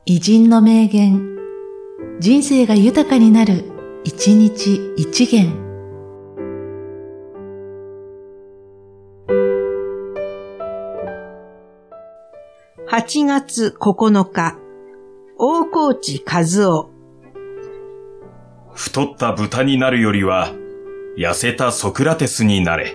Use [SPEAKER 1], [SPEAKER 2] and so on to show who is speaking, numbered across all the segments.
[SPEAKER 1] 偉人の名言、人生が豊かになる、一日一元。
[SPEAKER 2] 8月9日、大河内和夫。
[SPEAKER 3] 太った豚になるよりは、痩せたソクラテスになれ。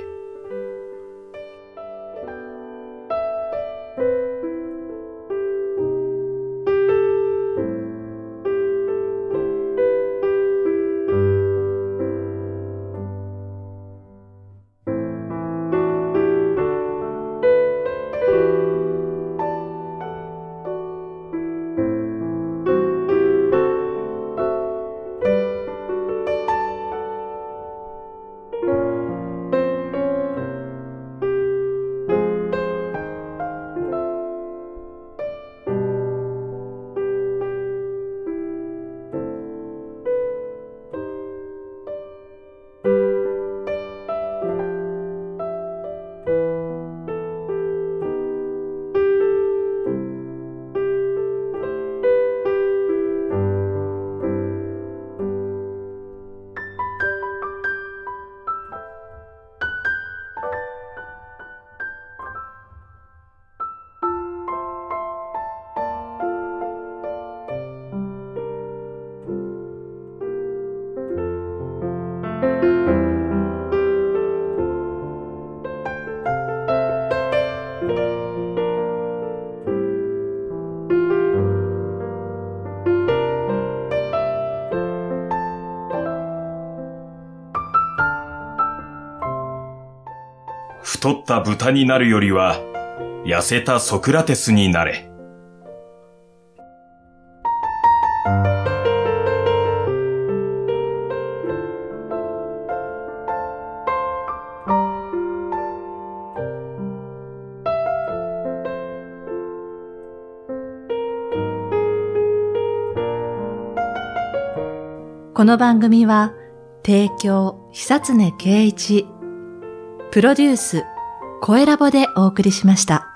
[SPEAKER 3] 太った豚になるよりは、痩せたソクラテスになれ。
[SPEAKER 1] この番組は、提供、久常圭一、プロデュース、声ラボでお送りしました。